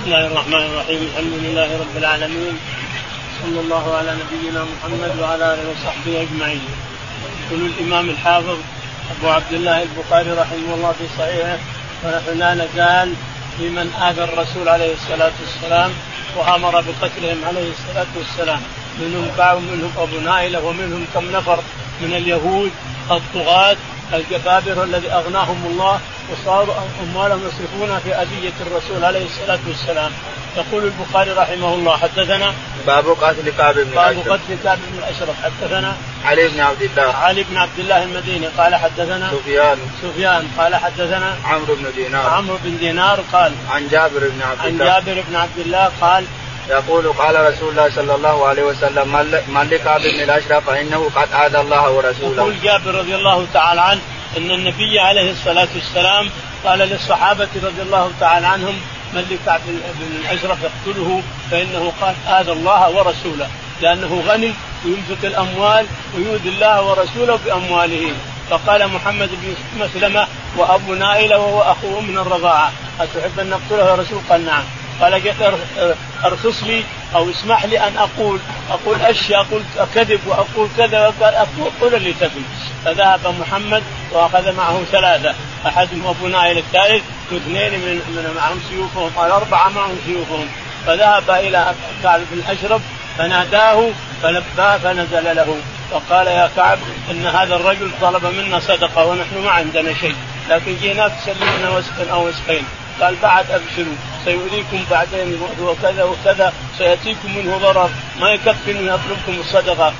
الله الرحمن الرحيم. الحمد لله رب العالمين، صلى الله على نبينا محمد وعلى آله وصحبه أجمعين. يقول الإمام الحافظ أبو عبد الله البخاري رحمه الله في صحيحه: ونحن لا نزال في من آذى الرسول عليه الصلاة والسلام وأمر بقتلهم عليه الصلاة والسلام، منهم كعب ومنهم أبو نائلة ومنهم كم نفر من اليهود الطغاة الجبابرة الذي أغناهم الله وصاروا أموالهم يصرفون في أذية الرسول عليه الصلاة والسلام. يقول البخاري رحمه الله: حدثنا باب قتل كعب بن الأشرف. حدثنا علي بن عبد الله المديني قال حدثنا سفيان قال حدثنا عمرو بن دينار قال عن جابر بن عبد الله قال: يقول قال رسول الله صلى الله عليه وسلم: من لكعب بن الأشرف فإنه قد آذى الله ورسوله. يقول جابر رضي الله تعالى عنه أن النبي عليه الصلاة والسلام قال للصحابة رضي الله تعالى عنهم: من لكعب بن الأشرف يقتله فإنه قد آذى الله ورسوله، لأنه غني ويمسك الأموال ويؤذي الله ورسوله بأمواله. فقال محمد بن مسلمة وأبو نائلة وهو أخوه من الرضاعة: أتحب أن نقتله يا رسول؟ قال نعم. قال: جئت أرخص لي أو اسمح لي أن أقول أشياء، أقول كذب وأقول كذا، وقال أقول اللي تبي. فذهب محمد وأخذ معه 3، أحدهم أبو نائل، الثالث، واثنين من معهم سيوفهم، قال 4 معهم سيوفهم. فذهب إلى كعب بن الأشرف فناداه فلباه فنزل له وقال: يا كعب، إن هذا الرجل طلب منا صدقة ونحن ما عندنا شيء، لكن جيناك تسلمنا وسقا أو وسقين. قال: بعد أبشروا سيؤذيكم بعدين وكذا وكذا، سيأتيكم منه ضرر ما يكفي أن يطلبكم الصدقة،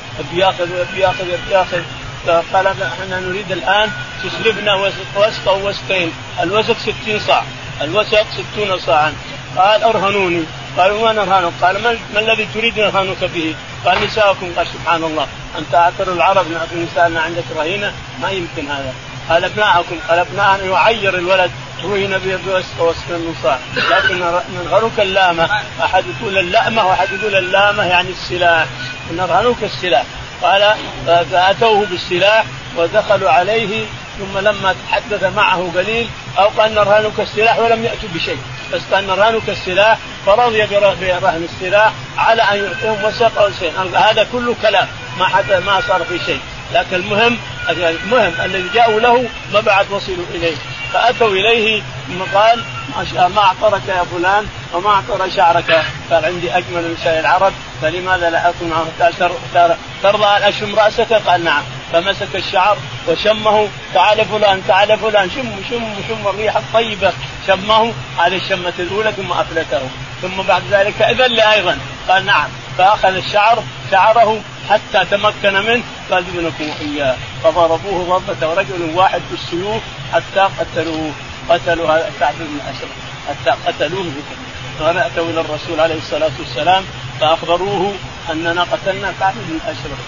بياخذ. فقال: احنا نريد الآن تسلفنا وسق أو وسقين. الوسق 60 صاع، الوسق 60 صاعا. قال: أرهنوني. قالوا: ما نرهنك؟ قال: ما الذي تريد نرهنك به؟ قال: نساءكم. قال: سبحان الله، أنت أكثر العرب نعطي نساءنا عندك رهينة؟ ما يمكن هذا. قال: أبناءكم. قال: أبناءنا يعير الولد رهن بوسق من صاع، لكن نرهنك اللامة. أحد يقول اللأمة وأحد يقول اللامة يعني السلاح، نرهنك السلاح. قال: فأتوه بالسلاح ودخلوا عليه، ثم لما تحدث معه قليل أو قال: نرهنك السلاح، ولم يأتوا بشيء، بس قال: نرهنك السلاح، فرضي برهن السلاح على أن يعطيهم وسق أو شيء. هذا كله كلام ما صار في شيء، لكن المهم الذي جاءوا له ما بعد وصلوا إليه. فأتوا إليه ثم قال: ما أعطرك يا فلان وما أعطر شعرك؟ قال: عندي أجمل نساء العرب، فلماذا لا أكون معه؟ قال: ترضى أن أشم رأسك؟ قال: نعم. فمسك الشعر وشمه. تعال فلان، شم الريح الطيبة. شمه على الشمة الأولى ثم أفلته، ثم بعد ذلك إذن لي أيضا. قال: نعم. فأخذ شعره حتى تمكن منه، قال: ابنكم إياه. فضربوه ضربة رجل واحد بالسيوف حتى قتلوا هذا كعب بن الأشرف، حتى قتلوه. فأتوا إلى الرسول عليه الصلاة والسلام فأخبروه أننا قتلنا كعب بن الأشرف.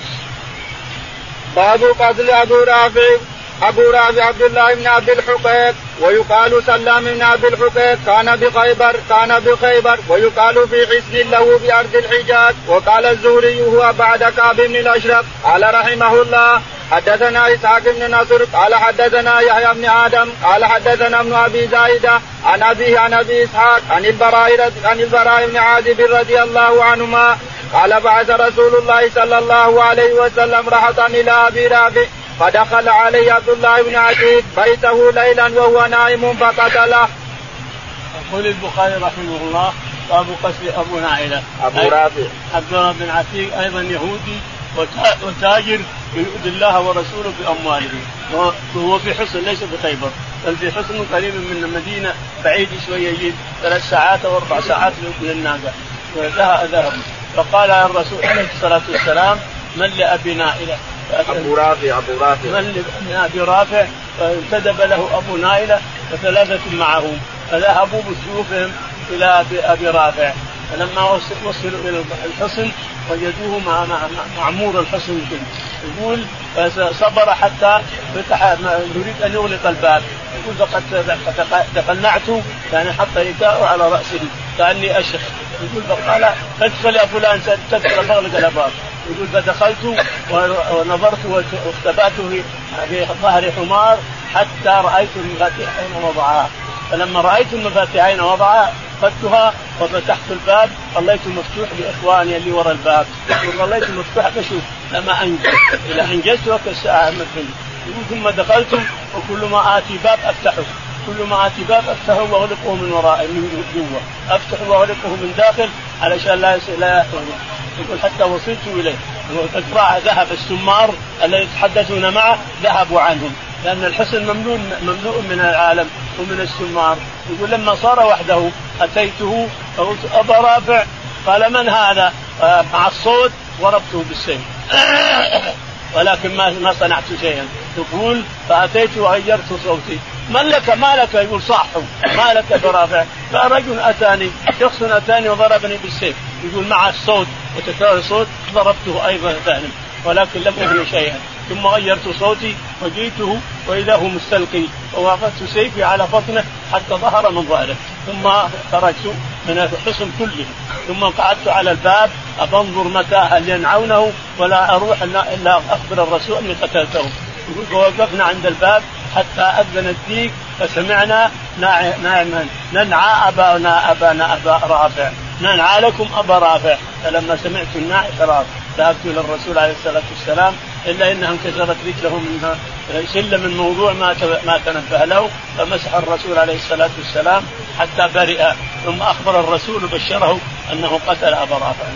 باب قتل أبو رافع عبد الله بن عبد الحقيق، ويقال سلام بن عبد الحقيق كان بخيبر، ويقال في حصن له بأرض الحجاز. وقال الزهري هو بعد كعب بن الأشرف. قال رحمه الله: حدثنا إسحاق بن نصر قال حدثنا يحيى بن آدم قال حدثنا ابن أبي زايدة عن أبي إسحاق عن البراء بن عازب رضي الله عنهما قال: بعث رسول الله صلى الله عليه وسلم رهطا إلى أبي رافع، فدخل عليه عبد الله بن عتيق بيته ليلا وهو نائم فقتله. يقول البخاري رحمه الله: باب قتل أبو نائلة رافع عبد الله بن عتيق، أيضا يهودي وتاجر يؤذي الله ورسوله بأمواله، وهو في حصن ليس بخيبر، بل في حصن قريب من المدينة بعيد شوية، يجيب 3 ساعات أو 4 ساعات من الناقة. وذهب فقال يا الرسول عليه الصلاة والسلام: من لأبي نائلة؟ أبو رافع من لأبي رافع؟ فانتدب له أبو نائلة و3 معهم، فذهبوا بسيوفهم إلى أبي رافع. فلما وصلوا إلى الحصن وجدوه معمور الحصن. يقول: صبر حتى فتح، يريد أن يغلق الباب. يقول: فقد تقنعت، يعني حط يداه على رأسه كأني أشخ. يقول: فقال: ادخل يا فلان، تدخل فاغلق الباب. يقول: فدخلت ونظرت واختبأت في ظهر حمار حتى رأيت المفاتيحين وضعها. فلما رأيت المفاتيحين وضعها أخذتها وفتحت الباب، ظليت مفتوح لإخواني اللي وراء الباب، وظليت مفتوح بشوف لما أنجز، إذا أنجزت وكالساعة مثل. ثم دخلت وكل ما آتي باب أفتحه، كل ما آتي باب أفتحه وأغلقه من وراء من جوا، أفتح وأغلقه من داخل علشان لا يحرم. يقول حتى وصلت إليه وقد ذهب السمار الذي يتحدثون معه ذهبوا عنهم، لأن الحصن مملوء من العالم ومن السمار. يقول لما صار وحده أتيته فقلت أبا رافع، قال من هذا؟ مع الصوت ضربته بالسيف ولكن ما صنعت شيئا. تقول فأتيت وغيرت صوتي، من لك ما لك؟ يقول صاحوا ما لك أبا رافع؟ فرجل أتاني، شخص أتاني وضربني بالسيف. يقول مع الصوت وتكرار الصوت ضربته أيضا ثاني ولكن لم أهل شيئا. ثم غيرت صوتي وجئته وإذا هو مستلقي، ووقفت سيفي على بطنه حتى ظهر من ظهره، ثم خرجت من الحصن كله، ثم قعدت على الباب أنظر متى هل ينعونه ولا أروح إلا أخبر الرسول أني قتلته. ووقفنا عند الباب حتى أذن الديك فسمعنا ننعى أبا رافع، ننعى لكم أبا رافع. فلما سمعت النعي خلاص ذهبت إلى الرسول عليه الصلاة والسلام، إلا إنها انكسرت رجله منها سلم من موضوع ما تنبه له، فمسح الرسول عليه الصلاة والسلام حتى برئ، ثم أخبر الرسول وبشره أنه قتل أبا رافع.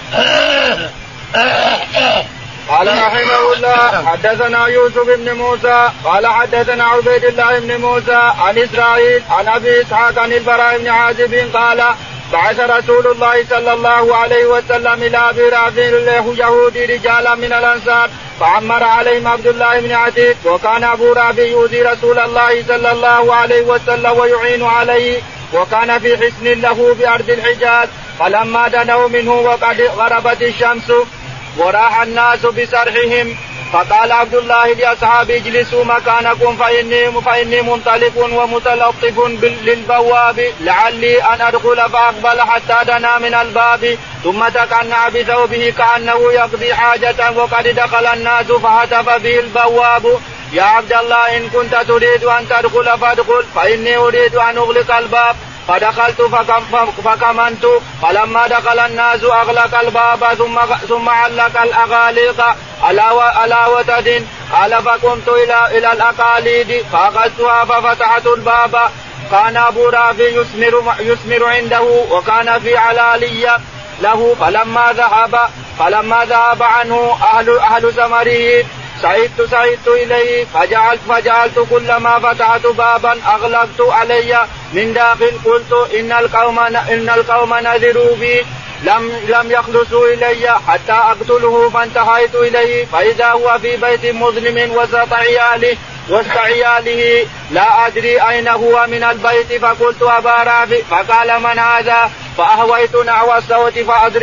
قال رحمه الله حدثنا يوسف بن موسى قال حدثنا عبيد الله بن موسى عن إسرائيل عن أبي إسحاق عن البراء بن عازب قال بعث رسول الله صلى الله عليه وسلم إلى أبي رافع اليهودي رجالا من الأنصار فعمر عليهم عبد الله بن عتيق، وكان أبو رافع يؤذي رسول الله صلى الله عليه وسلم ويعين عليه، وكان في حصن له بأرض الحجاز. فلما دنوا منه وقد غربت الشمس وراح الناس بسرحهم، فقال عبد الله لأصحابه اجلسوا مكانكم فإني منطلق ومتلطف للبواب لعلي أن أدخل، فأقبل حتى دنا من الباب ثم تكنع بثوبه كأنه يقضي حاجة، وقد دخل الناس فهتف به البواب يا عبد الله إن كنت تريد أن تدخل فادخل فإني أريد أن أغلق الباب. فدخلت فكمنت، فلما دخل الناس أغلق الباب ثم علق الأغاليق على وتد. قال فقمت إلى الأقاليد فأخذتها ففتحت الباب. كان أبو رافع يسمر عنده وكان في علالية له. فلما ذهب عنه أهل سمره سعدت إليه فجعلت كلما فتحت بابا أغلقت علي من داخل. قلت إن القوم نذروا بي لم يخلصوا إلي حتى أقتله، فانتهيت إليه فإذا هو في بيت مظلم وسط عياله لا أدري أين هو من البيت. فقلت أبا رافع، فقال من هذا؟ فأهويت نحو الصوت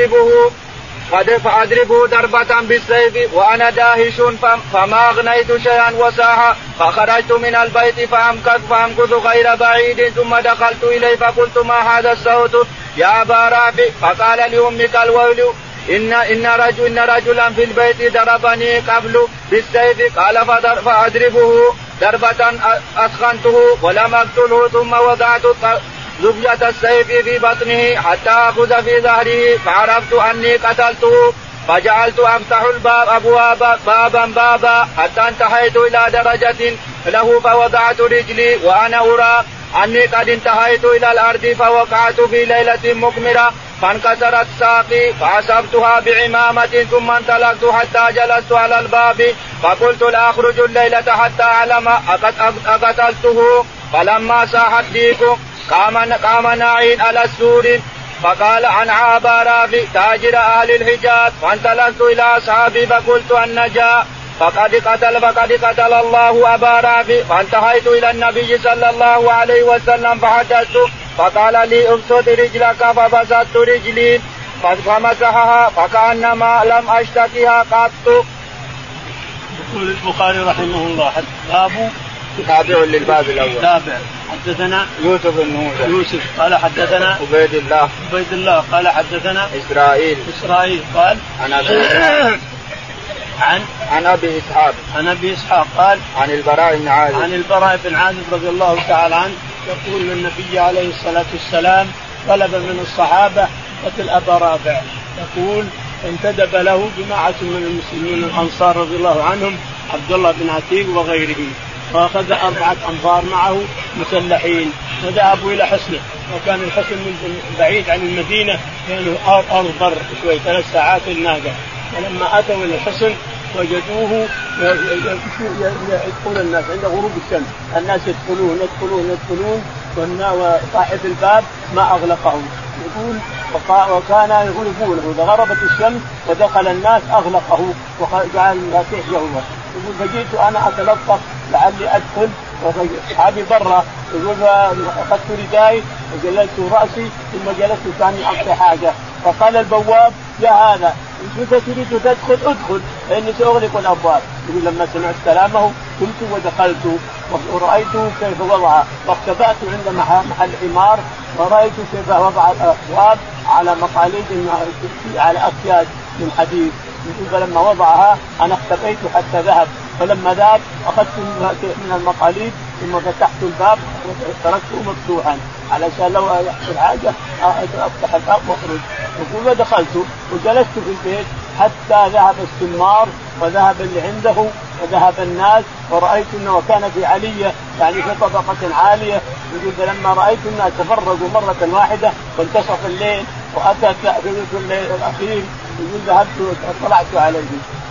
فأضربه ضربة بالسيف وأنا داهش فما أغنيت شيئا وساها. فخرجت من البيت فأمكث غير بعيد ثم دخلت إليه فقلت ما هذا الصوت يا أبا رافع؟ فقال لأمك الويل إن رجلا في البيت ضربني قبل بالسيف. قال فأضربه ضربة أسخنته ولم أقتله، ثم وضعت زبية السيف في بطنه حتى أخذ في ظهره فعرفت أني قتلته، فجعلت أفتح الباب بابا حتى انتهيت إلى درجة له فوضعت رجلي وأنا أرى أني قد انتهيت إلى الأرض، فوقعت في ليلة مقمرة فانكسرت ساقي فأصبتها بعمامة، ثم انطلقت حتى جلست على الباب فقلت لا أخرج الليلة حتى أعلم أقتلته. فلما صاحت ديك قام ناعين على السور فقال عن أبا رافع تاجر أهل الحجاز. فانطلقت إلى أصحابي فقلت النجاة فقد قتل الله أبا رافع. فانتهيت إلى النبي صلى الله عليه وسلم فحدثت فقال لي ابسط رجلك فبسطت رجلي فمسحها فكأنما لم أشتكيها قط. يقول البخاري رحمه الله باب تابع للباب الأول. تابع. حدثنا يوسف بن موسى. يوسف قال حدثنا عبيد الله قال حدثنا إسرائيل قال عن أبي إسحاق قال عن البراء بن عازب رضي الله تعالى عنه يقول النبي عليه الصلاة والسلام طلب من الصحابة قتل أبا رافع. يقول انتدب له جماعة من المسلمين الأنصار رضي الله عنهم عبد الله بن عتيق وغيره، وأخذ 4 أنفار معه مسلحين وذهبوا إلى حصنه، وكان الحصن بعيد عن المدينة لأنه أرض بر شوي 3 ساعات الناقة. ولما أتوا إلى الحصن وجدوه يدخل الناس عند غروب الشمس، الناس يدخلون وصاحب الباب ما أغلقه. يقول وكان يغلقونه، إذا غربت الشمس ودخل الناس أغلقه وجعل المفاتيح جوه. يقول فجئت أنا أتلطف لعلي أدخل وأصحابي برا. يقول أخذت رداي وجلست رأسي ثم جلست ثاني أقصى حاجة، فقال البواب يا هذا إن كنت تريد تدخل ادخل فإني سأغلق الأبواب. يقول لما سمعت كلامه قمت ودخلت ورأيت كيف وضع، واختبأت عند محل حمار ورأيت كيف وضع الأبواب على مقاليد على أكياس من حديد. فلما وضعها أنا اختبأت حتى ذهب، فلما ذهب أخذت من المقاليد ثم فتحت الباب وتركته مفتوحا علشان لو يحصل حاجة أفتح الباب وأخرج. يقول ودخلت وجلست في البيت حتى ذهب السمار وذهب اللي عنده وذهب الناس، ورأيت أنه وكان في علية يعني في طبقة عالية. يقول فلما رأيت الناس تفرقوا مرة واحدة وانتصف الليل وأتى ثلث الليل الأخير، يقول ذهبت اطلعت عليه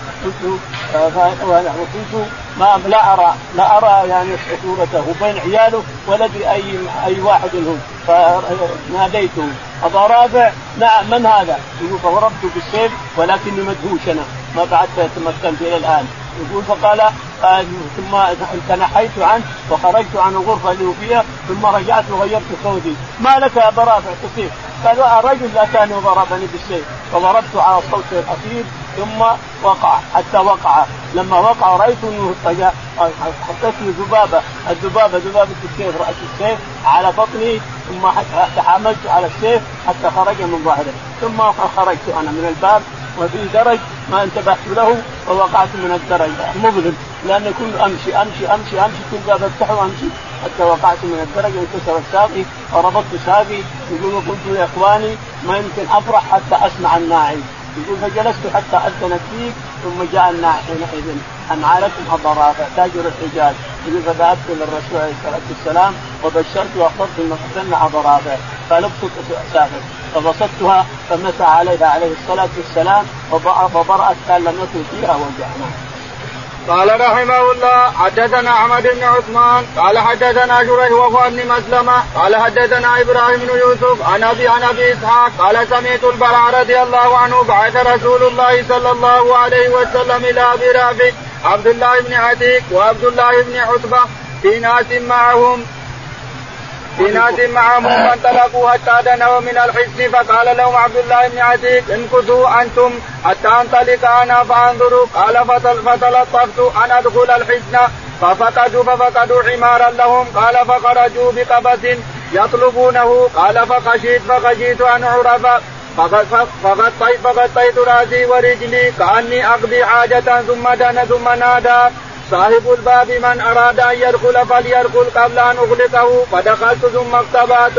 وكنت لا أرى يعني صورته بين عياله ولا بأي واحد منهم، فناديته أبا رافع نعم من هذا؟ يقول فضربته بالسيف ولكني مدهوش أنا ما بعد تمكنت إلى الآن. يقول فقال ثم تنحيت عنه وخرجت عن الغرفة اللي فيها ثم رجعت وغيرت صوتي. ما لك يا أبا رافع تصير؟ قال رجل أتاني وضربني بالسيف، فضربت على الصوت الأخير ثم وقع حتى وقع. لما وقع رأيت أنه حطيت الذبابة السيف رأس السيف على بطني ثم تحاملت على السيف حتى خرج من ظهره، ثم خرجت أنا من الباب وفي درج ما انتبهت له ووقعت من الدرج مظلم، لأن كل أمشي كل باب أفتحه وأمشي حتى وقعت من الدرج وانكسرت ساقي وربطت ساقي. يقول وقلت يا إخواني ما يمكن أفرح حتى أسمع الناعي. يقول فجلست حتى أذن الديك ثم جاء الناعي حينئذ أن عليكم أبا رافع تاجر الحجاز. يقول فذهبت للرسول عليه الصلاة والسلام وبشرت وأخبرت أن قتلنا أبا رافع، فلبست ساقي فبسطتها فمسح عليها عليه الصلاة والسلام وبرأت كان لم يكن فيها وجعنا. قال رحمه الله حدثنا أحمد بن عثمان قال حدثنا جريح وهو ابن مسلمة قال حدثنا إبراهيم بن يوسف عن أبي إسحاق قال سمعت البراء رضي الله عنه بعث رسول الله صلى الله عليه وسلم إلى أبي رافع عبد الله بن عتيق وعبد الله بن عتبة في ناس معهم فانطلقوا حتى دنوا من الحصن، فقال لهم عبد الله بن عتيق انكثوا أنتم حتى انطلق أنا فانظروا. قال فتلطفت أن أدخل الحصن ففقدوا حمارا لهم. قال فخرجوا بقبس يطلبونه. قال فخشيت أن أعرف فغطيت رأسي ورجلي كأني أقضي حاجة ثم نادى صاحب الباب من أراد أن يدخل فليدخل قبل أن أغلقه. فدخلت ثم اختبأت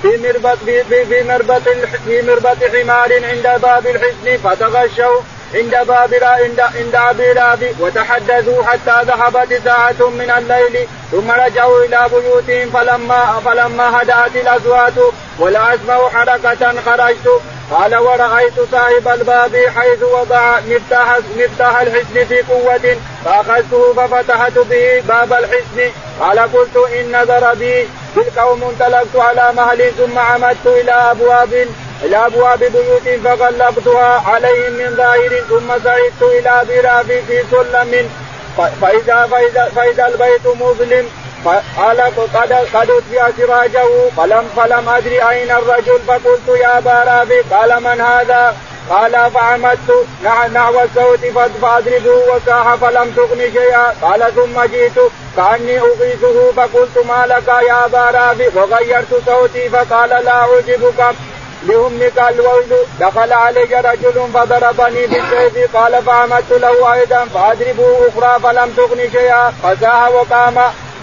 في مربط حمار عند باب الحصن فتغشوا عند أبي رافع وتحدثوا حتى ذهبت ساعة من الليل ثم رجعوا إلى بيوتهم. فلما هدأت الأصوات ولا أسمع حركة خرجت. قال ورأيت صاحب الباب حيث وضع مفتاح الحصن في قوة فأخذته ففتحت به باب الحصن. قال قلت إن نظر بي بالقوم انطلقت على مهلي ثم عمدت إلى أبواب بيوت فغلقتها عليهم من ظاهر ثم صعدت إلى أبي رافع في سلم فإذا البيت مظلم. قال قد أطفئ سراجه فلم أدري أين الرجل فقلت يا أبا رافع. قال من هذا؟ قال فعمدت نحو الصوت فأضربه وصاح فلم تغن شيئا. قال ثم جئت كأني أغيثه فقلت ما لك يا أبا رافع وغيرت صوتي فقال لا أعجبك لأمك الويل. دخل علي رجل فضربني بالسيف. قال فعمدت له أيضا فأضربه أخرى فلم تغن شيئا فزاح وقام.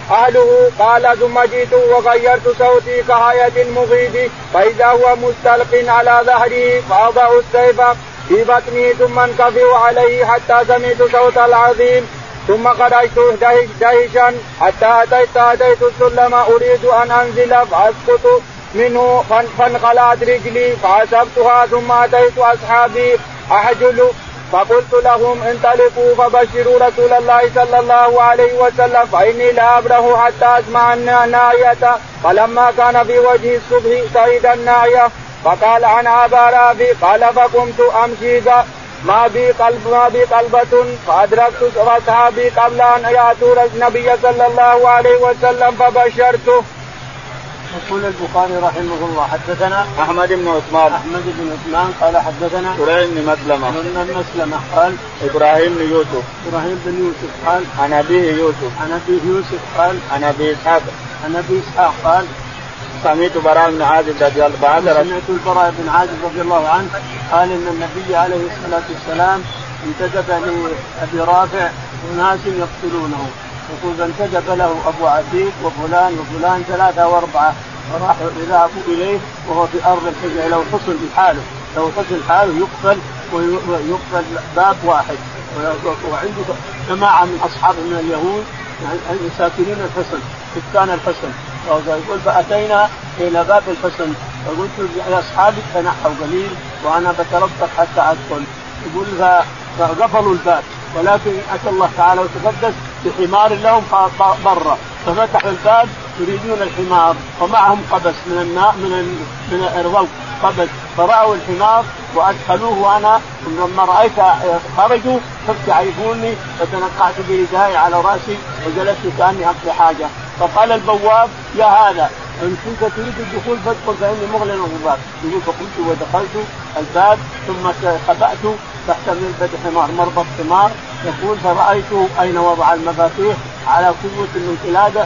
أهله. قال ثم جئت وغيرت صوتي كهيئة المغيث فإذا هو مستلق على ظهره فأضع السيف في بطنه ثم انكفئ عليه حتى سمعت صوت العظيم ثم خرجت دهشا حتى أتيت السلم أريد أن أنزل فأسقط منه فانقلعت رجلي فأسقطها ثم أتيت أصحابي أحجل فقلت لهم انطلقوا فبشروا رسول الله صلى الله عليه وسلم فإني لا أبره حتى أسمع الناعية. فلما كان في وجه الصبح صعد الناعية فقال عن أبا رافع قال فقمت أمشي ما بي قلبة فأدركت أصحابي قبل أن يأتوا النبي صلى الله عليه وسلم فبشرته. يقول البخاري رحمه الله حدثنا أحمد بن عثمان قال حدثنا إبراهيم بن مسلمة قال إبراهيم بن يوسف قال عن أبيه يوسف قال عن أبي إسحاق قال سمعت البراء بن عازب رضي الله عنه قال إن النبي عليه الصلاة والسلام انتدب لأبي رافع وناس يقتلونه يقول فانتدب له أبو عتيق وفلان 3 و4 وراحوا ذهبوا إليه وهو في أرض الحجة لو حصل حاله يقتل ويقتل باب واحد وعنده جماعة من أصحاب من اليهود يعني ساكنين الحصن سكان الحصن. يقول فأتينا إلى باب الحصن فقلت لأصحابي تنحوا قليل وأنا بتربص حتى أدخل. يقول فقفلوا الباب ولكن أتى الله تعالى وتقدس بحمار لهم برا ففتحوا الباب يريدون الحمار ومعهم قبس من الروض قبس فرأوا الحمار وأدخلوه وأنا لما رأيت خرجوا خفت يعرفوني فتنقعت بردائي على رأسي وجلست كأني أقضي حاجة. فقال البواب يا هذا إن كنت تريد الدخول فادخل فإني مغلق الباب. يقول فقلت ودخلت الباب ثم خبأت تحت من حمار مربط حمار. يقول فرأيت أين وضع المفاتيح على قوة من قلادة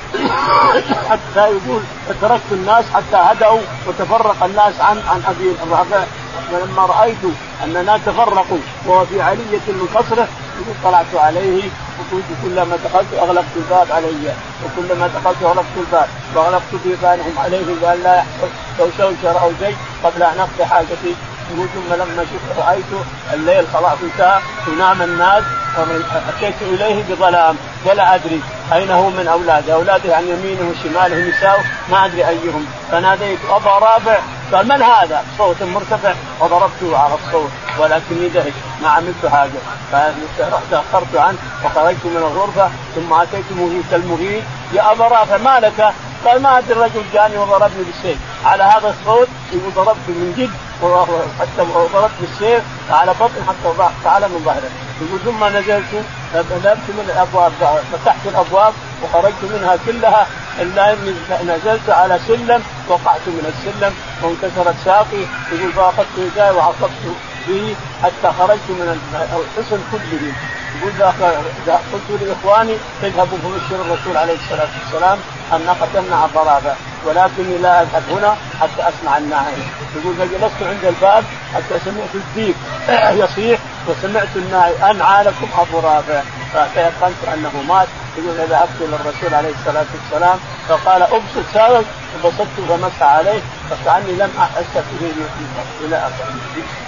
حتى يقول فتركت الناس حتى هدأوا وتفرق الناس عن أبي الرافع. ولما رأيت أننا تفرقوا وهو في علية من قصره طلعت عليه وقلت كلما دخلت أغلقت الباب علي وكلما دخلت أغلقت الباب وأغلقت بيبانهم عليه قال لا يحصل لو شوشر أو شيء قبل أن أقضي حاجتي. ثم لما شفت رأيت الليل خلاص انتهى ونام الناس أتيت إليه بظلام ولا أدري أين هو من أولاده عن يمينه وشماله نساء ما أدري أيهم. فناديت أبا رافع قال من هذا صوت مرتفع وضربته على الصوت ولكني دهش ما عملت حاجة. فتأخرت عنه وخرجت من الغرفة ثم أتيت المغيث يا أبا رافع ما لك؟ قال ما أدري الرجل جاني وضربني بالسيف على هذا الصوت. يقول ضربت من جد حتى ضربت بالسيف على بطن حتى تعالى من ظهره. يقول ثم نزلت فبدأت من الأبواب فتحت الأبواب وخرجت منها كلها إلا إني نزلت على سلم وقعت من السلم وانكسرت ساقي. يقول فأخذت يداي وعصبت به حتى خرجت من الحصن كله. يقول قلت لإخواني اذهبوا فبشروا الرسول عليه الصلاة والسلام أن قتلنا أبا رافع ولكني لا أذهب هنا حتى أسمع الناعي. يقول فجلست عند الباب حتى سمعت الديك يصيح وسمعت الناعي أنعى لكم أبو رافع فتيقنت أنه مات. يقول ذهبت إلى الرسول عليه الصلاة والسلام فقال أبسط ساوي وبسطت فمسح عليه فكأني لم أحس به إلى آخره.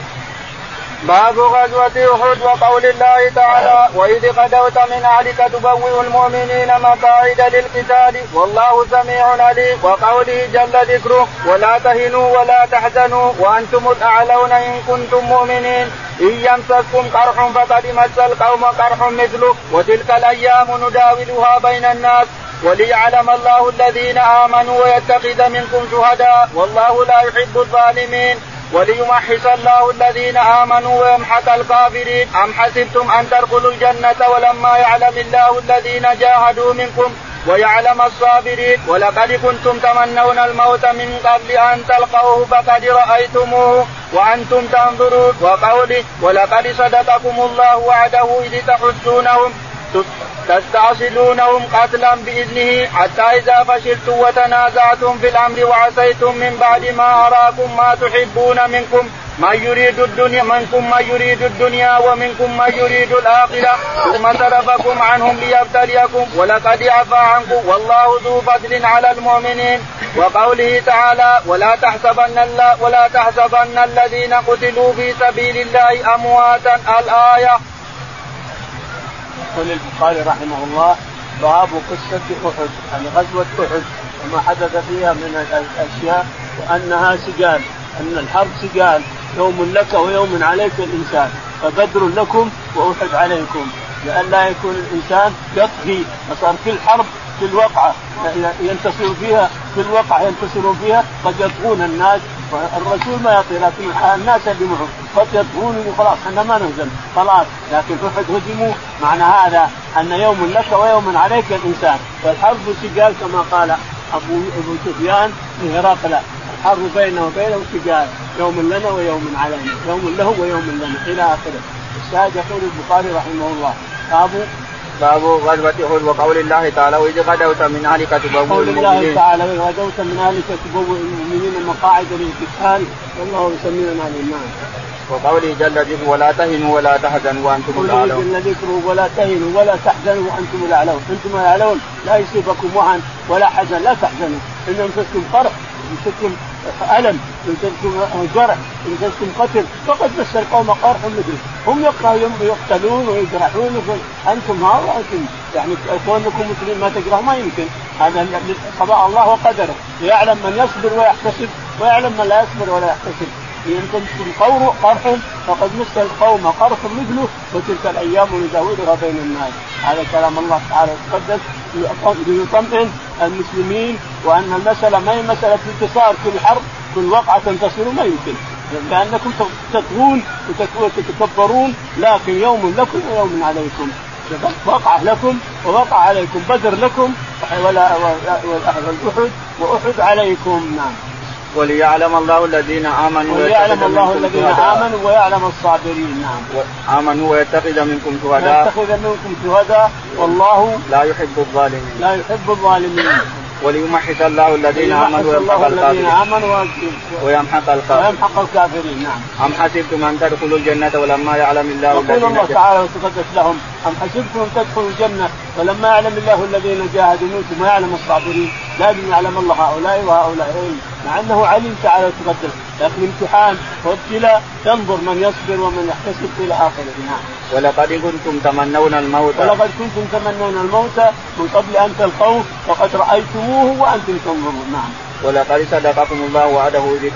باب غزوة أحد وقول الله تعالى وإذ غدوت من أهلك تبوئ المؤمنين مقاعد للقتال والله سميع عليم وقوله جل ذكره ولا تهنوا ولا تحزنوا وأنتم الأعلون إن كنتم مؤمنين إن يمسسكم قرح فقد مس القوم قرح مثله وتلك الأيام نداولها بين الناس وليعلم الله الذين آمنوا ويتخذ منكم شهداء والله لا يحب الظالمين وليمحص الله الذين آمنوا ويمحق الكافرين أم حسبتم أن تدخلوا الجنة ولما يعلم الله الذين جاهدوا منكم ويعلم الصابرين ولقد كنتم تمنون الموت من قبل أن تلقوه فقد رأيتموه وأنتم تنظرون وقوله ولقد صدقكم الله وعده إذ تحسونهم تستعصلونهم قتلا بإذنه حتى إذا فشلتم وتنازعتم في الأمر وعصيتم من بعد ما أراكم ما تحبون منكم من يريد الدنيا ومنكم من يريد الآخرة ثم صرفكم عنهم ليبتليكم ولقد عفا عنكم والله ذو فضل على المؤمنين. وقوله تعالى ولا تحسبن الذين قتلوا في سبيل الله أمواتا الآية. يقول البخاري رحمه الله باب قصة أحد يعني غزوة أحد وما حدث فيها من الأشياء وأنها سجال أن الحرب سجال يوم لك ويوم عليك الإنسان فبدر لكم وأحد عليكم لئلا يكون الإنسان يطغي فصار في الحرب في الوقعة ينتصر فيها في الوقعة ينتصرون فيها قد يطغون الناس الرسول ما يطغي لكن الناس هدموا قد يطغون خلاص احنا ما نهزم خلاص لكن أحد هدموا معنى هذا أن يوم لك ويوم عليك الإنسان فالحرب سجال كما قال أبو سفيان لهرقل الحرب بينه وبينه سجال يوم لنا ويوم علينا يوم له ويوم لنا إلى آخره. الشاهد يقول البخاري رحمه الله باب غزوة أحد وقول الله تعالى وإذ غدوت من أهلك تبوئ المؤمنين. قول الله تعالى وإذ غدوت من أهلك تبوئ المؤمنين مقاعد للقتال والله يسمينا الإيمان. وقوله جل ذكره ولا تهنوا ولا تحزنوا وأنتم الأعلون. جل ذكره ولا تهنوا ولا تحزنوا وأنتم الأعلون. أنتم الأعلون لا يصيبكم وهن ولا حزن لا تحزنوا إن أنفسكم فرح يمسكم ألم يمسكم جرح يمسكم قتل فقد مس القوم قرح مثله هم يقتلون ويجرحون أنتم أنتم يعني كونكم مسلمين ما تجرح ما يمكن هذا قضاء الله وقدره يعلم من يصبر ويحتسب ويعلم من لا يصبر ولا يحتسب يمكن القور قرح فقد مس القوم قرح مثله وتلك الأيام نداولها بين الناس. هذا كلام الله تعالى يتقدس ليطمئن المسلمين وأن المسألة ما هي مسألة انتصار كل حرب كل وقعة تنتصروا ما يمكن لأنكم تطغون وتتكبرون لكن يوم لكم ويوم عليكم وقع لكم ووقع عليكم بدر لكم والأحد وأحد عليكم. نعم. وليعلم الله الذين آمنوا ويعلم الصابرين. نعم. آمنوا ويتخذ منكم شهداء والله لا يحب الظالمين. وليمحص الله الذين آمنوا ويمحق الكافرين. نعم. أم حسبتم أن تدخلوا الجنة ولما يعلم الله يقول الله تعالى وتقدس لهم أم حسبتم أن تدخلوا الجنة ولما يعلم الله الذين جاهدوا منكم ويعلم الصابرين. لازم يعلم الله هؤلاء وهؤلاء مع أنه عليم تعالى وتقدس لكن امتحان وابتلاء تنظر من يصبر ومن يحتسب إلى آخره. نعم. ولقد كنتم تمنون الموت من قبل أن تلقوه وقد رأيتموه وأنتم تنظرون. نعم. ولقد صدقكم الله وعده إذ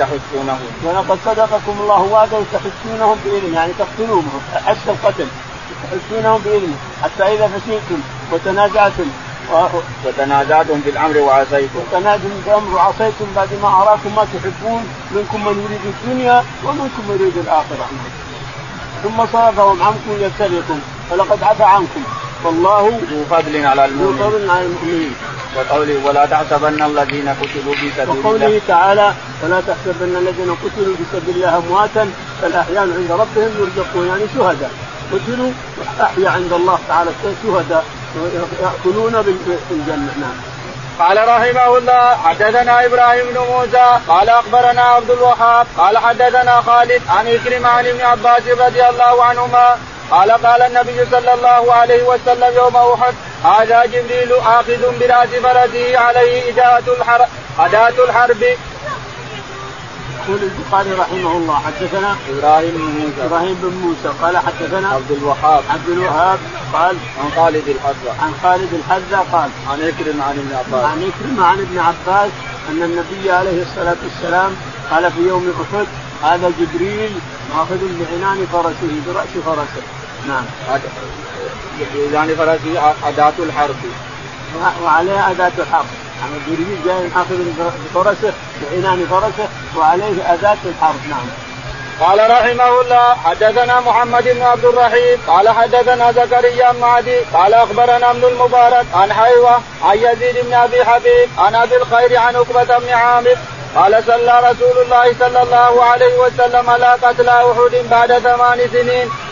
تحسونهم بإذنه يعني تقتلوهم حتى القتل تحسونهم بإذنه حتى إذا فشلتم وتنازعتم في الأمر وعصيتم بعد ما أراكم ما تحبون منكم من يريد الدنيا ومنكم من يريد الآخرة ثم صرفهم عنكم يبتليكم فلقد عفا عنكم والله ذو فضل على المؤمنين. وقوله ولا تحسبن الذين قتلوا في سبيل الله. وقوله تعالى ولا تحسبن الذين قتلوا في سبيل الله أمواتا بل أحياء عند ربهم يرزقون يعني شهداء قتلوا أحياء عند الله تعالى شهداء يأكلون بالجنة. نعم. قال رحمه الله حدثنا إبراهيم بن موسى قال أخبرنا عبد الوهاب قال حدثنا خالد عن إكرمة عن ابن عباس رضي الله عنهما قال النبي صلى الله عليه وسلم يوم أحد هذا جبريل آخذ برأس فرسه عليه أداة الحرب. يقول البخاري رحمه الله حدثنا إبراهيم بن موسى قال حدثنا عبد الوهاب قال عن خالد الحذا قال عن إكرمة عن ابن عباس أن النبي عليه الصلاة والسلام قال في يوم أحد هذا جبريل آخذ بعنان فرسه برأس فرسه. نعم. يعني فرسه أداة الحرب وعليه أداة الحرب يعني جبريل جاي آخذ بفرسه بعنان فرسه وعليه أداة الحرب. نعم. قال رحمه الله حدثنا محمد بن عبد الرحيم قال حدثنا زكريا معدي قال أخبرنا ابن المبارك عن حيوة عن يزيد بن أبي حبيب عن أبي الخير عن عقبة بن عامر قال صلى رسول الله صلى الله عليه وسلم على قتلى أحد بعد 8 سنين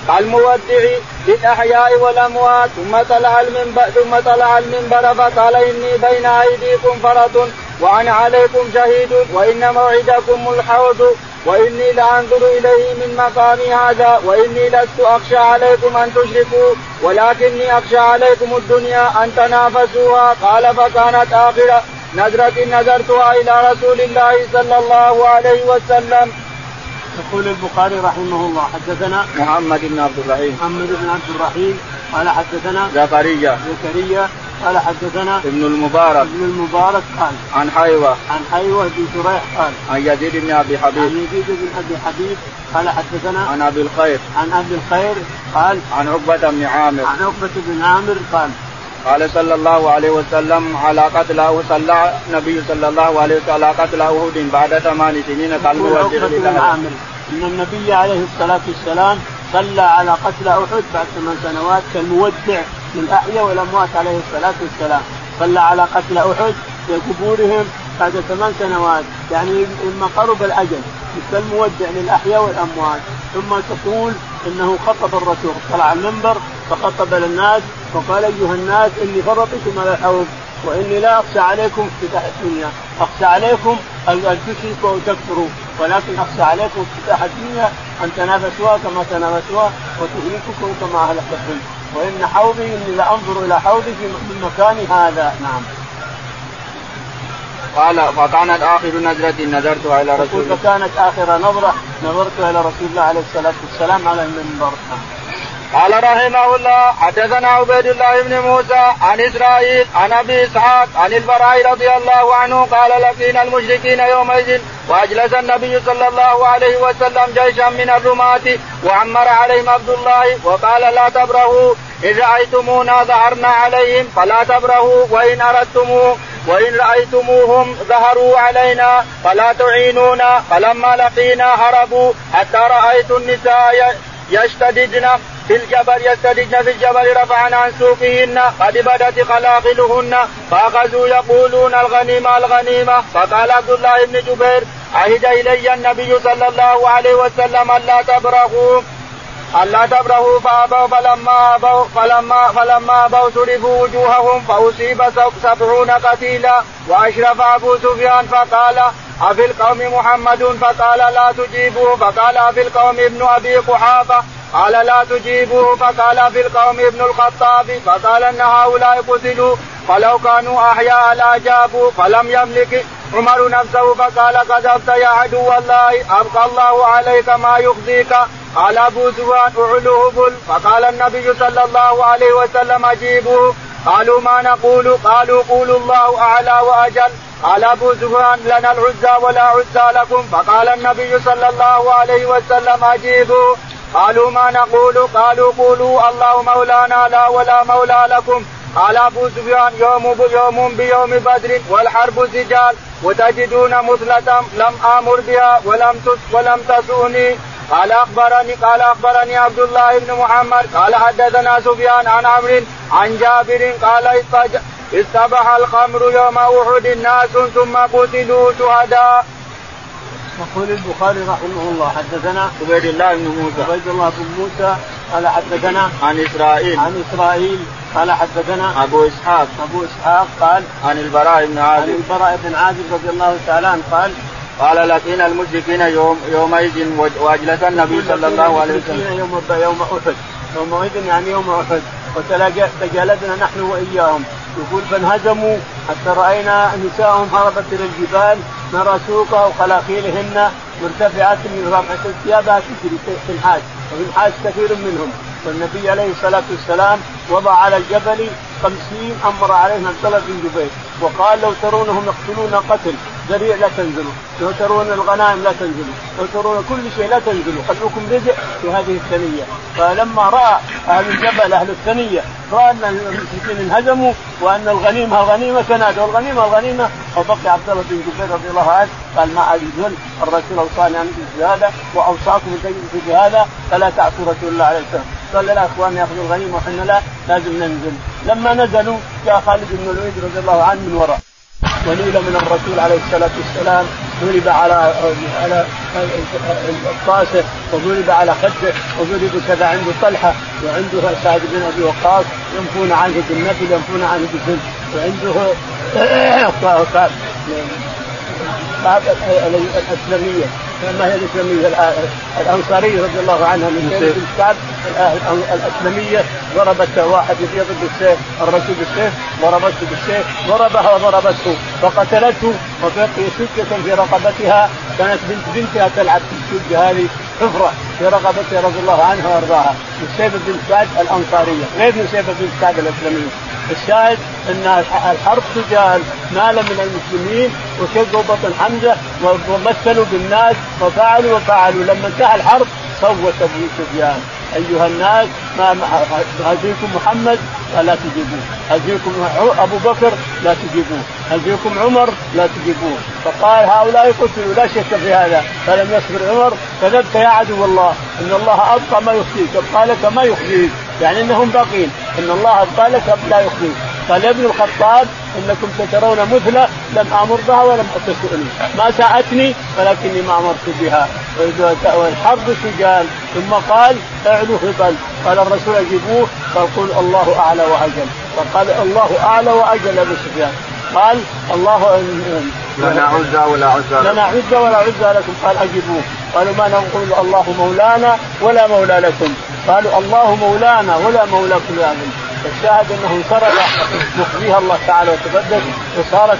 كالمودع للأحياء والأموات. ثم طلع المنبر فقال إني بين أيديكم فرط وأنا عليكم شهيد وإن موعدكم الحوض وإني لأنظر إليه من مقامي هذا وإني لست أخشى عليكم أن تشركوا ولكني أخشى عليكم الدنيا أن تنافسوها. قال فكانت آخر نذرة نذرتها إلى رسول الله صلى الله عليه وسلم. يقول البخاري رحمه الله حدثنا محمد بن عبد الرحيم قال حدثنا زكريا قال حدثنا ابن المبارك قال عن حيوة بن شريح قال عن يزيد بن أبي حبيب قال حدثنا عن أبي الخير قال عن عقبة بن عامر قال صلى الله عليه وسلم على قتله صلى النبي صلى الله عليه وسلم على قتل أحد بعد 8 سنين. إن النبي عليه الصلاة والسلام صلى على قتل أحد بعد 8 سنوات كالمودع للأحياء والأموات عليه الصلاة والسلام. صلى على قتل أحد في قبورهم بعد 8 سنوات يعني لما قرب الأجل كالمودع للأحياء والأموات. ثم تقول إنه خطب الرسول طلع المنبر فخطب للناس وقال أيها الناس إني فرطكم على الحوض وإني لا أخشى عليكم افتتاح الدنيا. أخشى عليكم أن تشركوا وتكفروا ولكن أخشى عليكم افتتاح الدنيا أن تنافسوها كما تنافسوها وتهلككم كما أهلكتكم وإن حوضي إني لأنظر إلى حوضي في مكان هذا. نعم. قال فكانت آخر نظرة نظرتها إلى رسول الله. فكانت آخر نظرة نظرتها إلى رسول الله عليه الصلاة والسلام على المنبر. قال رحمه الله حدثنا عبيد الله بن موسى عن إسرائيل عن أبي إسحاق عن البراء رضي الله عنه قال لقينا المشركين يومئذ وأجلس النبي صلى الله عليه وسلم جيشا من الرماة وعمر عليهم عبد الله وقال لا تبرهوا إن رأيتمونا ظهرنا عليهم فلا تبرهوا وإن رأيتموهم ظهروا علينا فلا تعينونا. فلما لقينا هربوا حتى رأيت النساء يستدجن في الجبل رفعنا عن سوقهن قد بدت خلاقلهن فأخذوا يقولون الغنيمة. فقال عبد الله بن جبير عهد إلي النبي صلى الله عليه وسلم ألا تبرهوا فلما أبوا صرفوا وجوههم فأصيب 70 قتيلا. وأشرف أبو سفيان فقال أفي القوم محمد فقال لا تجيبوه فقال أفي القوم ابن أبي قحافة قال لا تجيبوه فقال في القوم ابن الخطاب فقال ان هؤلاء قتلوا فلو كانوا احياء لاجابوا. فلم يملك عمر نفسه فقال كذبت يا عدو الله ابقى الله عليك ما يخزيك. قال ابو سفيان اعلوه بل. فقال النبي صلى الله عليه وسلم اجيبوه. قالوا ما نقول؟ قالوا قولوا الله اعلى واجل. قال ابو سفيان لنا العزى ولا عزى لكم. فقال النبي صلى الله عليه وسلم اجيبوه. قالوا ما نقول؟ قالوا قولوا الله مولانا لا ولا مولى لكم. قال أبو سفيان يوم بيوم بدر والحرب سجال وتجدون مثلة لم آمر بها ولم تسوني. قال أخبرني عبد الله بن محمد قال حدثنا سفيان عن عمرو عن جابر قال استبح الخمر يوم أحد الناس ثم قتلوا شهداء. يقول البخاري رحمه الله حدثنا عبيد الله بن موسى قال حدثنا عن إسرائيل قال حدثنا أبو إسحاق قال عن البراء بن عازب رضي الله تعالى عنه قال لقينا المشركين يومئذ وأجلس النبي صلى الله عليه وسلم يومئذ يعني يوم أحد وتجالدنا نحن وإياهم. يقول فانهزموا حتى رأينا نساءهم هربت إلى الجبال نرى سوقها وخلاخيلهن مرتفعات من رفعة ثيابها تجري في الحاج وفي الحاج كثير منهم. والنبي عليه الصلاة والسلام وضع على الجبل 50 أمر عليهم عبد الله بن جبير وقال لو ترونهم يقتلون قتل ذريع لا تنزلوا، لو ترون الغنائم لا تنزلوا، لو ترون كل شيء لا تنزلوا، خلوكم رزق في هذه الثنية. فلما رأى أهل الجبل أهل الثنية رأى أن المشركين انهزموا وأن الغنيمة تنادوا الغنيمة وبقي عبد الله بن جبير رضي الله عنه قال ما أجزل الرسول أوصاني أن أجزل هذا وأوصاكم أن تجزل هذا فلا تعصوا رسول الله عليه السلام. قال لا أخوان يأخذوا الغنيمة وحنا لا لازم ننزل. لما نزلوا جاء خالد بن الوليد رضي الله عنه من وراء ونيل من الرسول عليه الصلاة والسلام ضرب على الطاسه وضرب على خده وضرب كذا. عنده طلحه وعنده سعد بن ابي وقاص ينفون عنه بالنفل ينفون عنه بالذل، وعنده الأسلمية ما هي الإسلامية الأنصارية رضي الله عنها من بن كعب الأسلمية ضربت واحد يضرب بالسيف الرسول بالسيف ضربته بالسيف ضربها وضربته فقتلته وبقي سكة في رقبتها. كانت بنتها تلعب في السجة هذه حفرة في رقبتها رضي الله عنها وارضاها. نسيبة بن كعب الأنصارية غير نسيبة بن كعب الأسلمية. الشاهد ان الحرب سجال مال من المسلمين وشقوا بطن حمزه ومثلوا بالناس وفعلوا لما انتهى الحرب صوت ابو سفيان ايها الناس ما هزيكم محمد لا تجيبوه، هزيكم ابو بكر لا تجيبوه، هزيكم عمر لا تجيبوه. فقال هؤلاء قتلوا لا شك في هذا. فلم يصبر عمر كذبت يا عدو الله ان الله ابقى ما يخفيك ابقى لك ما يخفيك، يعني انهم باقين ان الله ابقى لك لا يخفيك. قال يا ابن الخطاب انكم سترون مثله لم امر بها ولم تسألني ما ساءتني ولكني ما امرت بها. والحرب سجال. ثم قال اعلوا هبل. قال الرسول اجيبوه قال قل الله اعلى واجل. فقال الله اعلى واجل ابو سفيان. قال الله لنا عزى ولا عزى لكم. قال اجيبوه. قالوا ما نقول الله مولانا ولا مولى لكم. قالوا الله مولانا ولا مولى كل عالم. الشاهد انه انصرف مخزيها الله تعالى وتقدس وصارت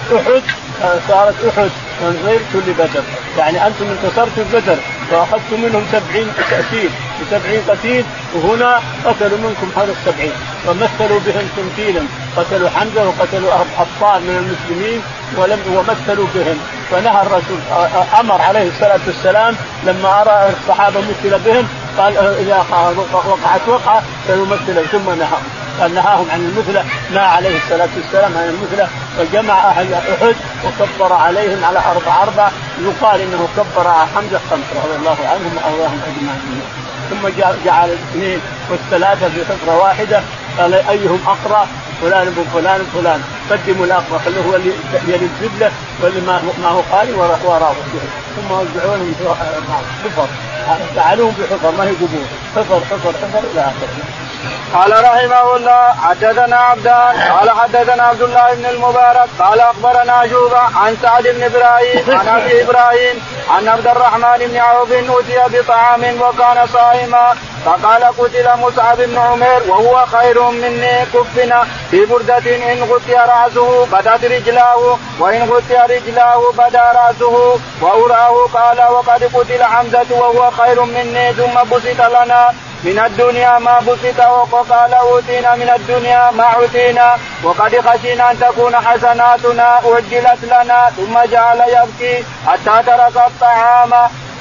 احد من غير كل بدر. يعني انتم انتصرتوا بدر واخذتم منهم 70 تأثير و70 قتيل وهنا قتلوا منكم حوالي 70 ومثلوا بهم تمثيلا. قتلوا حمزه وقتلوا ابطال من المسلمين ومثلوا بهم. فنهى الرسول امر عليه الصلاه والسلام لما ارى الصحابه مثل بهم قال اذا وقعت وقعه فيمثل ثم نهاهم عن المثلى. نهى عليه الصلاه والسلام عن المثلى فجمع اهل احد وكبر عليهم على 4 يقال انه كبر على حمزه 5 رضي الله عنهم واولهم اجمعين. ثم جعل 2 و3 في حفره واحده. قال ايهم اقرا فلان ابن فلان قدموا الاقرا خلوه هو اللي يلي الزبله واللي ما هو قاري وراه. ثم وزعوهم حفر جعلوهم بحفر ما هي قبور حفر الى اخره. قال رحمه الله حدثنا عبدان قال حدثنا عبد الله بن المبارك قال اخبرنا شوبة عن سعد بن ابراهيم عن ابي ابراهيم عن عبد الرحمن بن عوف اوتي بطعام وكان صائما فقال قتل مصعب بن عمير وهو خير مني كفنا في بردة ان غطي راسه بدت رجلاه وان غطي رجلاه بدا راسه وأراه. قال وقد قتل حمزة وهو خير مني ثم بسط لنا من الدنيا ما بسط وقال أوتينا من الدنيا ما أوتينا وقد خشينا أن تكون حسناتنا أجلت لنا. ثم جعل يبكي حتى ترك الطعام.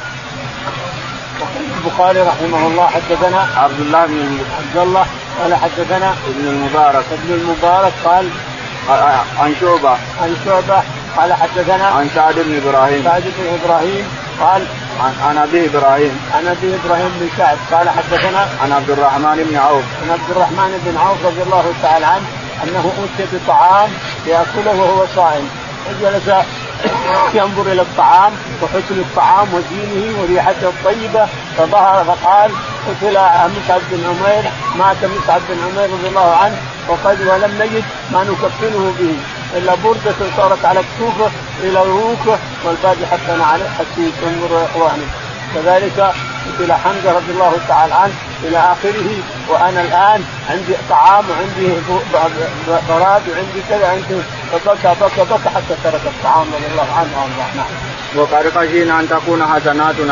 البخاري رحمه الله حدثنا عبد الله قال حدثنا ابن المبارك قال عن شعبة قال حدثنا عن سعد بن إبراهيم قال عن أبي إبراهيم بن سعد قال حدثنا عن عبد الرحمن بن عوف رضي الله تعالى عنه أنه أوتي بطعام يأكله وهو صائم وجلس ينظر إلى الطعام وحسن الطعام ودينه وريحته الطيبة فظهر فقال قتل مصعب بن عمير مات مصعب بن عمير رضي الله عنه ولم نجد ما نكفنه به إلا بردة صارت على كتوفه إلى رؤوسه والباقي حتى عليه حتى ينظر إخوانه. كذلك قتل حمزة رضي الله تعالى عنه إلى آخره. وأنا الآن عندي طعام وعندي براد وعندي كذا عندي فبكى حتى ترك الطعام رضي الله عنه وارضاه. وقد خشينا أن تكون حسناتنا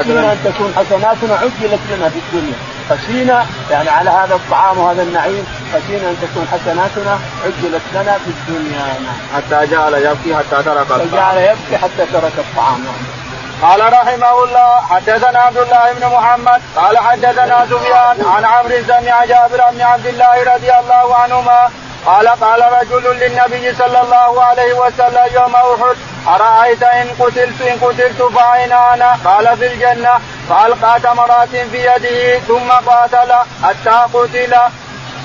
عجلت لنا في الدنيا. خشينا يعني على هذا الطعام وهذا النعيم خشينا أن تكون حسناتنا عجلت لنا في الدنيا. حتى جعل يبكي حتى ترك الطعام. قال رحمه الله حدثنا عبد الله بن محمد قال حدثنا سفيان عن عمرو سمع جابر بن عبد الله رضي الله عنهما قال رجل للنبي صلى الله عليه وسلم يوم أحد أرأيت إن قتلت فأين أنا؟ قال في الجنة. فألقى تمرات في يده ثم قاتل حتى قتل.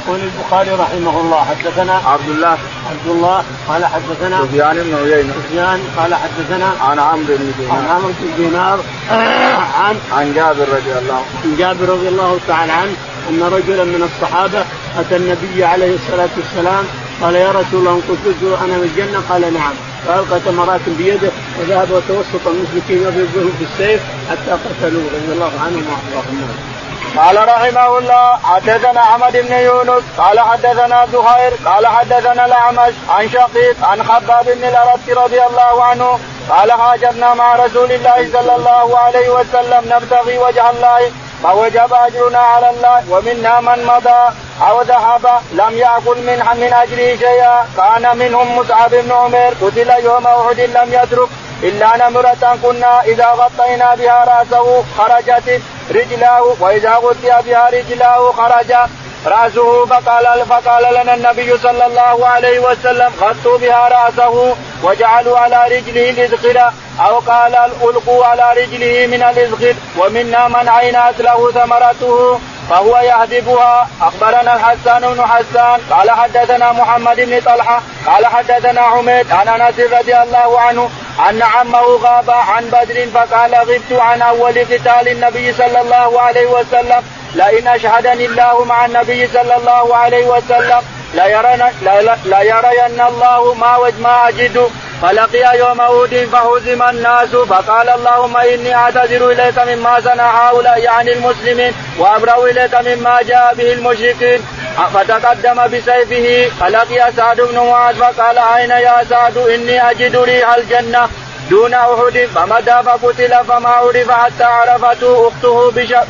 يقول البخاري رحمه الله حدثنا عبد الله قال حدثنا سفيان بن عيينة قال حدثنا عن عمرو بن دينار عن جابر رضي الله تعالى عنه أن رجلا من الصحابة أتى النبي عليه الصلاة والسلام قال يا رسول الله قلت أنا من الجنة؟ قال نعم. فألقى تمرات بيده وذهب وتوسط المشركين يضربهم بالسيف حتى قتلوه رضي الله عنهم وأرضاهم. قال رحمه الله حدثنا أحمد بن يونس قال حدثنا زهير قال حدثنا الأعمش عن شقيق عن خباب بن الأرت رضي الله عنه قال هاجرنا مع رسول الله صلى الله عليه وسلم نبتغي وجه الله فوجب أجرنا على الله ومنا من مضى أو ذهب لم يأكل من أجره شيئا. كان منهم مصعب بن عمير قتل يوم أحد لم يترك إلا نمرة كنا إذا غطينا بها رأسه خرجت رجلاه وإذا غطي بها رجلاه خرج رأسه. فقال لنا النبي صلى الله عليه وسلم غطوا بها رأسه وجعلوا على رجله الإذخر أو قال ألقوا على رجله من الإذخر. ومنا من عينت له ثمرته فهو يهدبها. أخبرنا الحسان بن حسان قال حدثنا محمد بن طلحة قال حدثنا حميد عن أنس رضي الله عنه أن عمه غاب عن بدر فقال غبت عن أول قتال النبي صلى الله عليه وسلم لئن أشهدني الله مع النبي صلى الله عليه وسلم لا يرين الله ما أجد. فلقي يوم أحد فهزم الناس فقال اللهم إني أعتذر إليك مما صنع هؤلاء عن المسلمين وأبرأ إليك مما جاء به المشركين. فتقدم بسيفه فلقي سعد بن معاذ فقال أين يا سعد إني أجد ريح الجنة دون أحد. فمدى فقتل فما عرف حتى عرفته أخته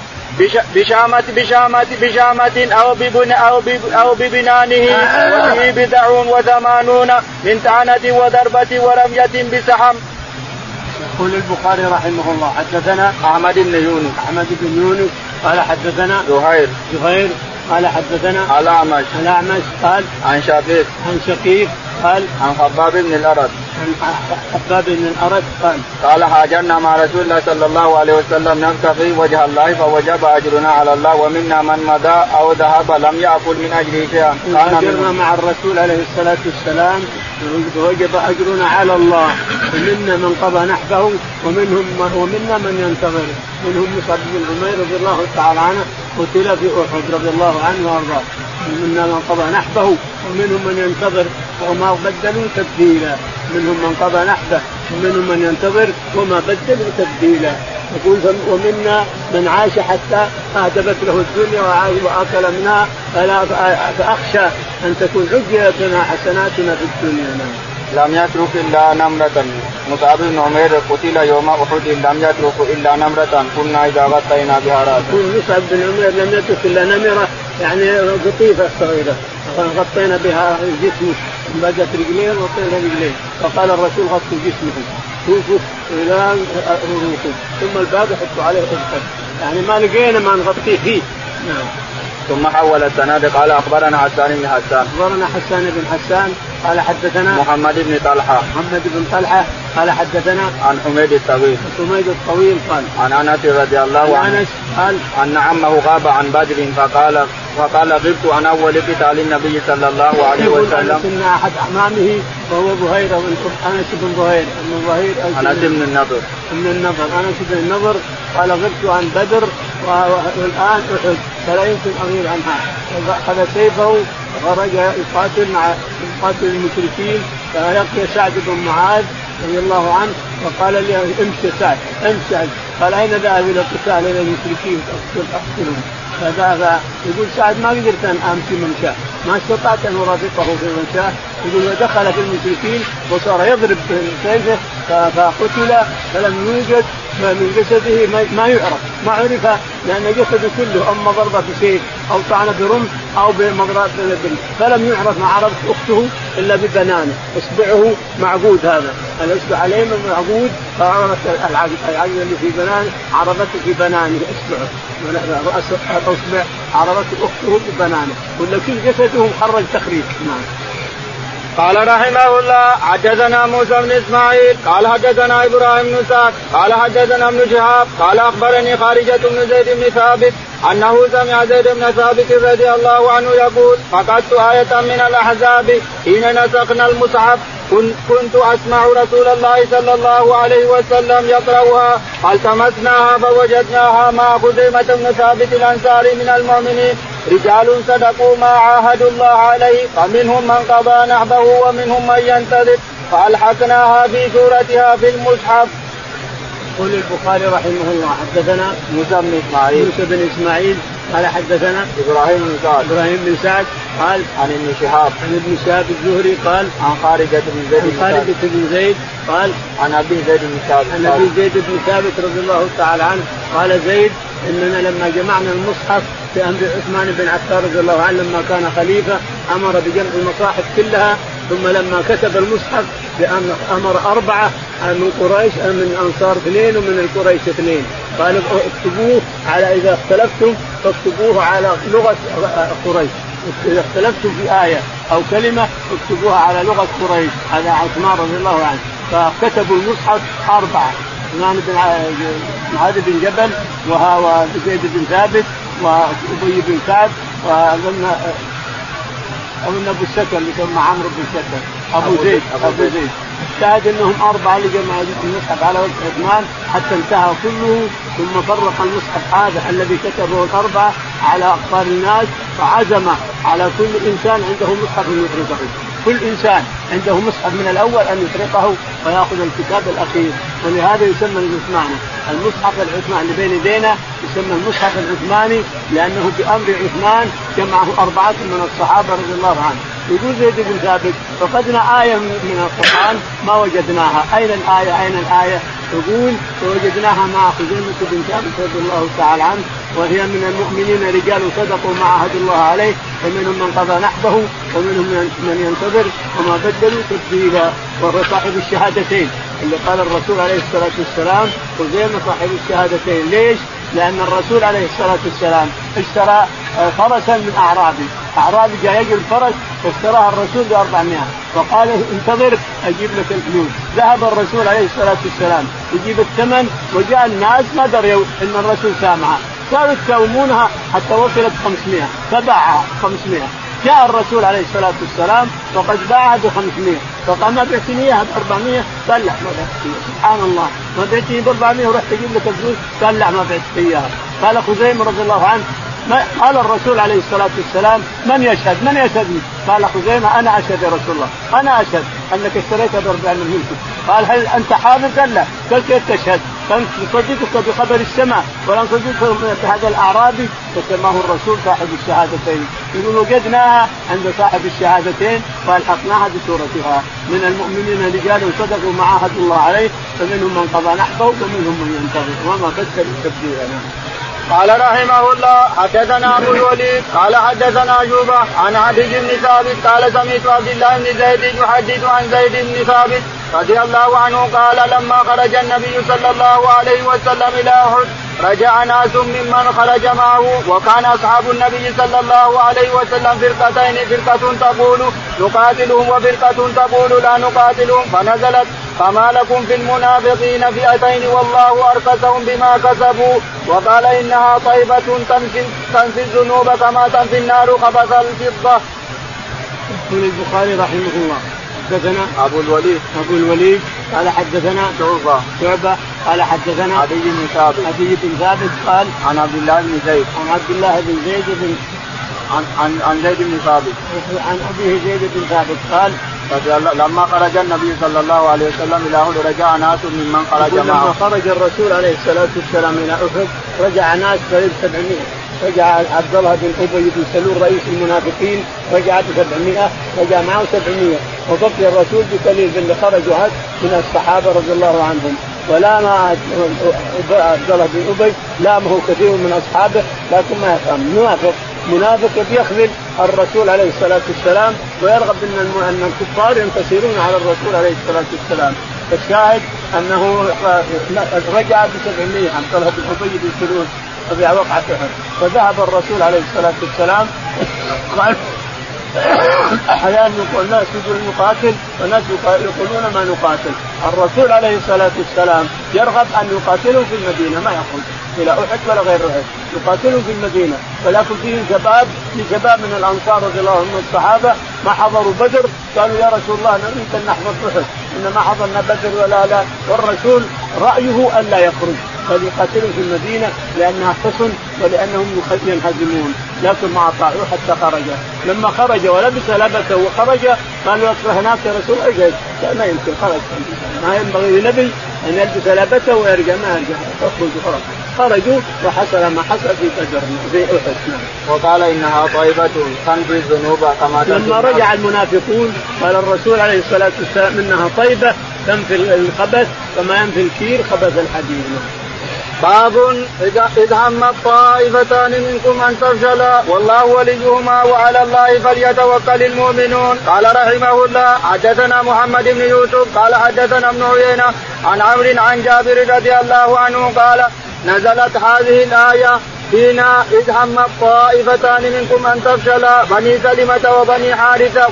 بشامة أو ببنانه وفيه بضع 80 من طعنة وضربة ورمية بسحم. يقول البخاري رحمه الله حدثنا أحمد بن يونس قال حدثنا زهير قال حدثنا الأعمش قال عن شقيق قال عن خباب بن الأرت قال هاجرنا مع رسول الله صلى الله عليه وسلم نبتغي وجه الله فوجب أجرنا على الله ومنا من مضى أو ذهب لم يأكل من أجره شيئا. هاجرنا مع الرسول عليه الصلاة والسلام فوجب أجرنا على الله ومنا من قضى نحبه ومنا من ينتظر. منهم مصعب بن عمير رضي الله تعالى عنه قتل في أحد رضي الله عنه وأرضاه. منا من قضى نحبه ومنهم من ينتظر وما بدلوا تبديلا. منهم من قضى نحبه ومنهم من ينتظر وما بدلوا تبديلا. يقول ومنا من عاش حتى أهدبت له الدنيا وأكل منها فأخشى أن تكون عجلتنا حسناتنا في الدنيا. لم يترك إلا نمرة. مصعب بن عمير قتل يوم أحد لم يترك إلا نمرة كنا إذا غطينا بها رأسه. مصعب بن عمير لم يترك إلا نمرة يعني قطيفة صغيرة غطينا بها جسمه بدت رجليه وغطينا رجليه. فقال الرسول غطوا جسمه شوفوا إلى رؤوسه ثم الباب يحطوا عليه أذكر يعني ما لقينا ما نغطيه فيه. نعم. ثم حول السند قال أخبرنا حسان بن حسان قال حدثنا محمد بن طلحة قال حدثنا عن حميد الطويل قال عن أنس رضي الله عنه قال أن عمه غاب عن بدر فقال غبت عن أول قتال النبي صلى الله عليه وسلم. إن أحد أعمامه وهو أنس بن النضر قال غبت عن بدر والآن أحد فلا يمكن أغير عنها. أخذ سيفه وخرج يقاتل المشركين فيلقي سعد بن معاذ رضي الله عنه وقال لي امشي سعد قال أين ذهب إلى القتال إلى المشركين أقتلهم. فذهب يقول سعد ما قدرت أن أمشي ممشاه ما استطعت أن أرافقه في ممشاه. يقول ودخل في المشركين وصار يضرب سيفه فقتل فلم يوجد من جسده ما عرف لأن جسده كله أما ضربة بسيف أو طعنة برمح أو بمضرب بالبن فلم يعرف. ما عرفت أخته إلا ببنانه إصبعه معقود هذا الإصبع عليه معقود فعرفت العقد اللي في بنانه عرفته في بنانه إصبعه رأس الأصبع عرفت أخته ببنانه ولكن جسده خرج تخريج. نعم. قال رحمه الله حدثنا موسى بن إسماعيل قال حدثنا إبراهيم بن سعد قال حدثنا ابن شهاب قال أخبرني خارجة بن زيد بن ثابت أنه سمع زيد بن ثابت رضي الله عنه يقول فقدت آية من الأحزاب حين نسخنا المصحف كنت أسمع رسول الله صلى الله عليه وسلم يقرأها فالتمسناها فوجدناها مع خزيمة بن ثابت الأنصاري من المؤمنين رجال صدقوا ما عاهدوا الله عليه فمنهم من قضى نحبه ومنهم من ينتظر فألحقناها في سورتها في المصحف. يقول البخاري رحمه الله حدثنا موسى بن إسماعيل قال حدثنا إبراهيم بن سعد قال عن ابن شهاب الزهري قال عن خارجة بن زيد قال عن أبي زيد بن ثابت رضي الله تعالى عنه قال زيد إننا لما جمعنا المصحف في أمر عثمان بن عفان رضي الله عنه لما كان خليفة أمر بجمع المصاحف كلها ثم لما كتب المصحف أمر 4 من قريش من الأنصار 2 ومن القريش 2 قال اكتبوه على إذا اختلفتم فاكتبوه على لغة قريش إذا اختلفتم في آية أو كلمة اكتبوها على لغة قريش. هذا عثمان رضي الله عنه فكتبوا المصحف 4 عثمان بن معاذ بن جبل وزيد بن ثابت وأبي بن كعب ومن أبو السكن اللي كان مع عمرو بن سكن أبو زيد شاهد أنهم 4 اللي جمعوا المصحف على وجه عثمان حتى انتهى كله ثم فرق المصحف هذا الذي كتبه 4 على أقطار الناس فعزم على كل إنسان عنده مصحف أن يطرقه. كل إنسان عنده مصحف من الأول أن يطرقه ويأخذ الكتاب الأخير. ولهذا يسمى العثماني المصحف العثماني اللي بين يدينا يسمى المصحف العثماني لأنه بأمر عثمان جمعه 4 من الصحابة رضي الله عنهم. يقول زيد بن ثابت فقدنا آية من القرآن ما وجدناها. أين الآية؟ يقول ووجدناها مع خزيمة بن ثابت رضي الله تعالى عنه وهي من المؤمنين رجال صدقوا ما عهد الله عليه فمنهم من قضى نحبه ومنهم من ينتظر وما بدلوا تبديلا. وهو صاحب الشهادتين اللي قال الرسول عليه الصلاة والسلام خزيمة صاحب الشهادتين. ليش؟ لأن الرسول عليه الصلاة والسلام اشترى فرسا من أعرابي جاء يجي الفرس فاشتراها الرسول ب400 وقال انتظر أجيب لك الفلوس. ذهب الرسول عليه الصلاة والسلام يجيب الثمن وجاء الناس ما دروا إن الرسول سامعها صاروا يتكومونها حتى وصلت 500 فباعها 500. جاء الرسول عليه الصلاة والسلام وقد باعها ب500 فقال ما بعتني اياها ب400 قال لا ما بعتني. سبحان الله ما بعتني ب400 ورحت اجيب لك الفلوس قال لا ما بعتني اياها. قال خزيمة رضي الله عنه قال الرسول عليه الصلاة والسلام من يشهد لي؟ قال خزيمة أنا أشهد يا رسول الله أنا أشهد أنك اشتريتها ب400. قال هل أنت حافظ؟ قال لا. قال كيف تشهد؟ نصدقك بخبر السماء ولا نصدقك بهذا الأعرابي. فسماه الرسول صاحب الشهادتين. يقول وجدناها عند صاحب الشهادتين فألحقناها بسورتها من المؤمنين رجال صدقوا ما عاهدوا الله عليه فمنهم من قضى نحبه ومنهم من ينتظر وما بدلوا تبديلا. قال رحمه الله حدثنا أبو الوليد قال حدثنا أيوب عن عبد بن ثابت قال سمعت عبد الله بن زيد يحدث عن زيد بن ثابت رضي الله عنه قال لما خرج النبي صلى الله عليه وسلم إلى أحد رجع ناس ممن خرج معه وكان أصحاب النبي صلى الله عليه وسلم فرقتين فرقة تقول نقاتلهم وفرقة تقول لا نقاتلهم فنزلت فما لكم في المنافقين فئتين والله أركسهم بما كسبوا وقال إنها طيبة تنفي الذنوب كما تنفي النار خبث الفضة. يقول البخاري رحمه الله حدثنا أبو الوليد قال حدثنا شعبة قال حدثنا عدي بن ثابت قال عن عبد الله بن زيد عن زيد بن ثابت عن أبيه زيد بن ثابت قال لما خرج النبي صلى الله عليه وسلم إلى أحد رجع ناس ممن خرج معه. لما خرج الرسول عليه الصلاة والسلام إلى أحد رجع ناس قريب 700. رجع عبد الله بن أبي بن سلول رئيس المنافقين رجع ب700 رجع معه 700 وبقي الرسول بقليل اللي خرجوا من الصحابة رضي الله عنهم. ولا ما عبد الله بن أبي لامه كثير من أصحابه لكن ما يفهم منافق يخذل الرسول عليه الصلاة والسلام ويرغب أن الكفار ينتصرون على الرسول عليه الصلاة والسلام. فالشاهد أنه رجع ب700 عبد الله بن أبي بن سلول في وقعة أحد. فذهب الرسول عليه الصلاة والسلام أحيانا يقول الناس يقولون نقاتل وناس يقولون ما نقاتل. الرسول عليه الصلاة والسلام يرغب أن يقاتلوا في المدينة ما يخرج إلى أحد ولا غير أحد، يقاتلوا في المدينة. ولكن فيه شباب من الأنصار رضي الله عنهم الصحابة ما حضروا بدر قالوا يا رسول الله نريد أن نحضر أحد إنما حضرنا بدر ولا لا، والرسول رأيه ألا يخرج بل يقاتلوا في المدينة لأنها حصن ولأنهم ينهزمون، لكن ما أطاعوا حتى خرج. لما خرج ولبس لبسه وخرج قالوا اصبح هناك يا رسول الله ما يمكن خرج، ما ينبغي للنبي أن يلبس لبسه ويرجع ما يرجع. خرجوا وحصل ما حصل في بدر في أحد. وقال إنها طيبة تنفي الذنوب كما لما رجع المنافقون قال الرسول عليه الصلاة والسلام إنها طيبة تنفي الخبث كما ينفي الكير خبث الحديد. باب إذ هم الطائفتان منكم أن تفشلا والله وليهما وعلى الله فليتوكل المؤمنون. قال رحمه الله حدثنا محمد بن يوسف قال حدثنا ابن عيينة عن عمرو عن جابر رضي الله عنه قال نزلت هذه الآية فينا إذ هم الطائفتان منكم أن تفشلا بني سلمة وبني حارثة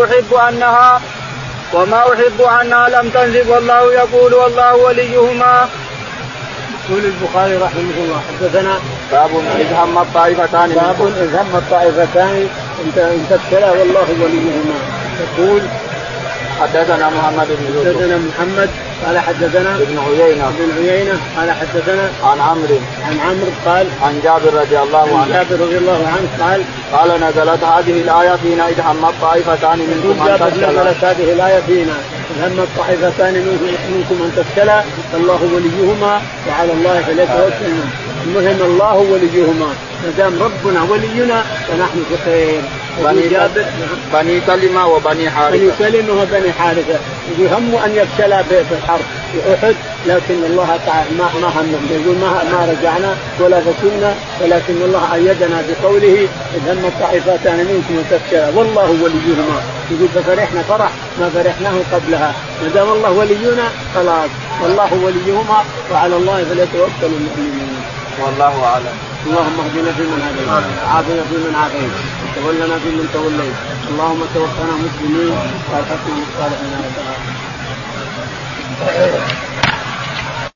وما أحب أنها لم تنزل والله يقول والله وليهما. يقول البخاري رحمه الله حدثنا باب إذ هم الطائفتان إن تفشلا والله وليهما. يقول حدثنا محمد بن يوسف حدثنا محمد قال حدثنا ابن عيينة قال حدثنا عن عمرو قال عن جابر رضي الله عنه قال نزلت هذه الآية فينا إذ هم الطائفتان منكم أن تفشلا. نزلت هذه الآية فينا إذ هم الطائفتان منكم أن تفشلا الله وليهما وعلى الله فليتوكل المهم الله وليهما. ما دام ربنا ولينا فنحن في خير. بني سلمة وبني حارثة يهم أن يفشلا في الحرب في أحد لكن الله تعالى ما همنا يقول ما رجعنا ولا فشلنا ولكن الله أيدنا بقوله إذ هم الطائفتان منكم أن تفشلا والله وليهما. يقول ففرحنا فرح ما فرحناه قبلها ما دام الله ولينا خلاص والله وليهما وعلى الله فليتوكل المؤمنون. والله أعلم. اللهم اهدنا فيمن هديت وعافنا فيمن عافيت وتولنا فيمن توليت اللهم توفنا مسلمين والحقنا بالصالحين.